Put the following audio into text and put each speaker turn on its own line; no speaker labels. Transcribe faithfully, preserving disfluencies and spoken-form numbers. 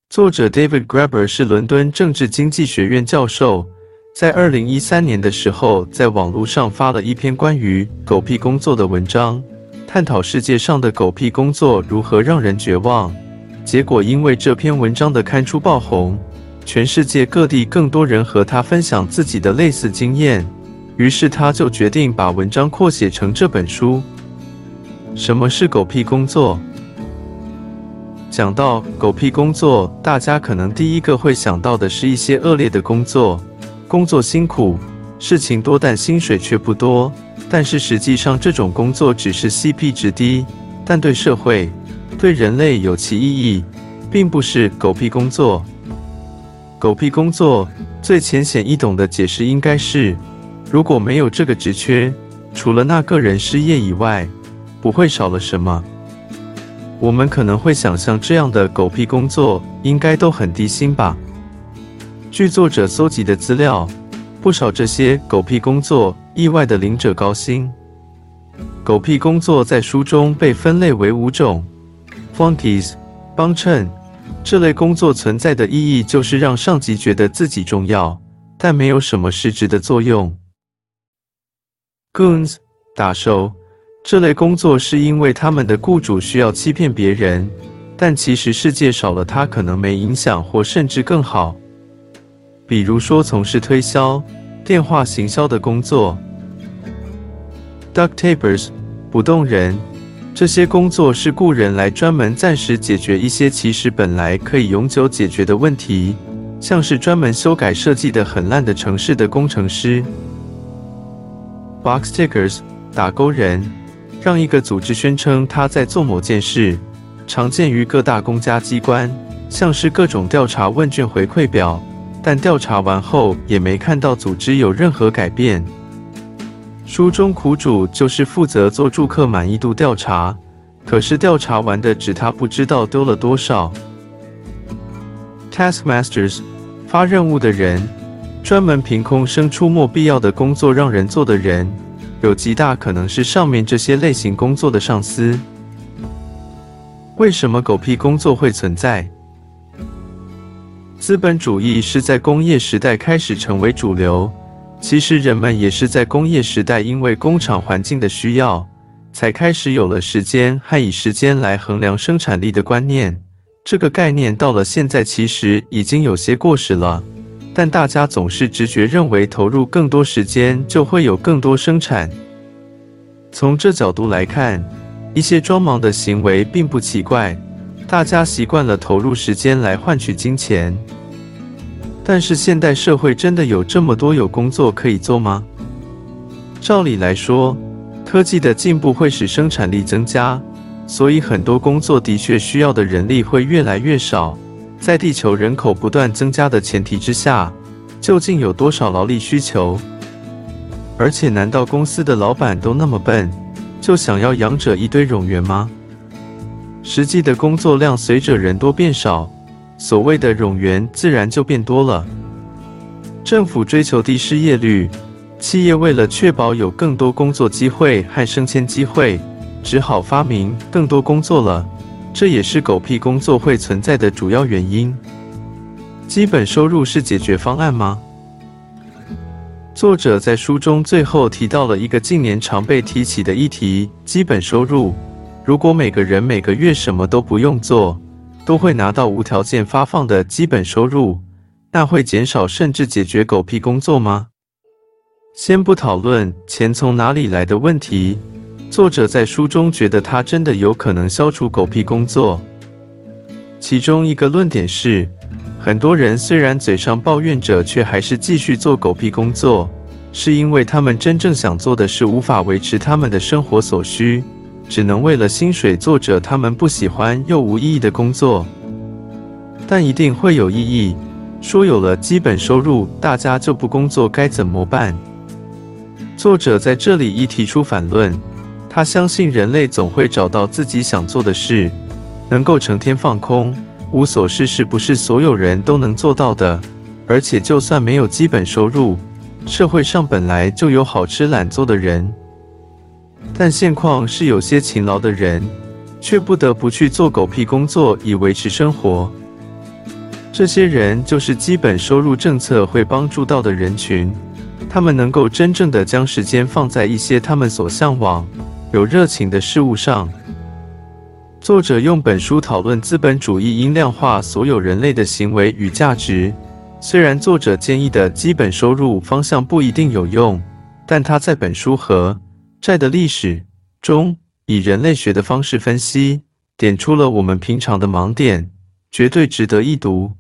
作者 David Graeber 是伦敦政治经济学院教授，在二零一三年的时候，在网络上发了一篇关于狗屁工作的文章，探讨世界上的狗屁工作如何让人绝望。结果因为这篇文章的刊出爆红，全世界各地更多人和他分享自己的类似经验，于是他就决定把文章扩写成这本书。什么是狗屁工作？讲到狗屁工作，大家可能第一个会想到的是一些恶劣的工作，工作辛苦，事情多但薪水却不多。但是实际上这种工作只是 C P 值低，但对社会、对人类有其意义，并不是狗屁工作。狗屁工作最浅显易懂的解释应该是，如果没有这个职缺，除了那个人失业以外，不会少了什么。我们可能会想象这样的狗屁工作应该都很低薪吧。据作者搜集的资料，不少这些狗屁工作意外的领者高薪。狗屁工作在书中被分类为五种 flunkies 帮衬。这类工作存在的意义就是让上级觉得自己重要，但没有什么实质的作用。goons 打手。这类工作是因为他们的雇主需要欺骗别人，但其实世界少了它可能没影响或甚至更好。比如说从事推销、电话行销的工作。duct tapers 不动人，这些工作是雇人来专门暂时解决一些其实本来可以永久解决的问题，像是专门修改设计的很烂的程式的工程师。box tickers 打勾人，让一个组织宣称他在做某件事，常见于各大公家机关，像是各种调查问卷回馈表，但调查完后也没看到组织有任何改变。书中苦主就是负责做住客满意度调查，可是调查完的只他不知道丢了多少。Taskmasters 发任务的人，专门凭空生出没必要的工作让人做的人，有极大可能是上面这些类型工作的上司。为什么狗屁工作会存在？资本主义是在工业时代开始成为主流，其实人们也是在工业时代因为工厂环境的需要，才开始有了时间和以时间来衡量生产力的观念。这个概念到了现在其实已经有些过时了，但大家总是直觉认为投入更多时间就会有更多生产。从这角度来看，一些装忙的行为并不奇怪，大家习惯了投入时间来换取金钱。但是现代社会真的有这么多有工作可以做吗？照理来说，科技的进步会使生产力增加，所以很多工作的确需要的人力会越来越少。在地球人口不断增加的前提之下，究竟有多少劳力需求？而且难道公司的老板都那么笨，就想要养着一堆冗员吗？实际的工作量随着人多变少，所谓的冗员自然就变多了。政府追求低失业率，企业为了确保有更多工作机会和升迁机会，只好发明更多工作了。这也是狗屁工作会存在的主要原因。基本收入是解决方案吗？作者在书中最后提到了一个近年常被提起的议题：基本收入。如果每个人每个月什么都不用做，都会拿到无条件发放的基本收入，那会减少甚至解决狗屁工作吗？先不讨论钱从哪里来的问题，作者在书中觉得它真的有可能消除狗屁工作。其中一个论点是，很多人虽然嘴上抱怨着，却还是继续做狗屁工作，是因为他们真正想做的是无法维持他们的生活所需，只能为了薪水做着他们不喜欢又无意义的工作。但一定会有意义，说有了基本收入，大家就不工作该怎么办？作者在这里亦提出反论，他相信人类总会找到自己想做的事，能够成天放空无所事事不是所有人都能做到的，而且就算没有基本收入，社会上本来就有好吃懒做的人。但现况是有些勤劳的人却不得不去做狗屁工作以维持生活。 这些人就是基本收入政策会帮助到的人群，他们能够真正的将时间放在一些他们所向往、有热情的事物上。作者用本书讨论资本主义应量化所有人类的行为与价值。虽然作者建议的基本收入方向不一定有用，但他在本书和《债的历史》中以人类学的方式分析，点出了我们平常的盲点，绝对值得一读。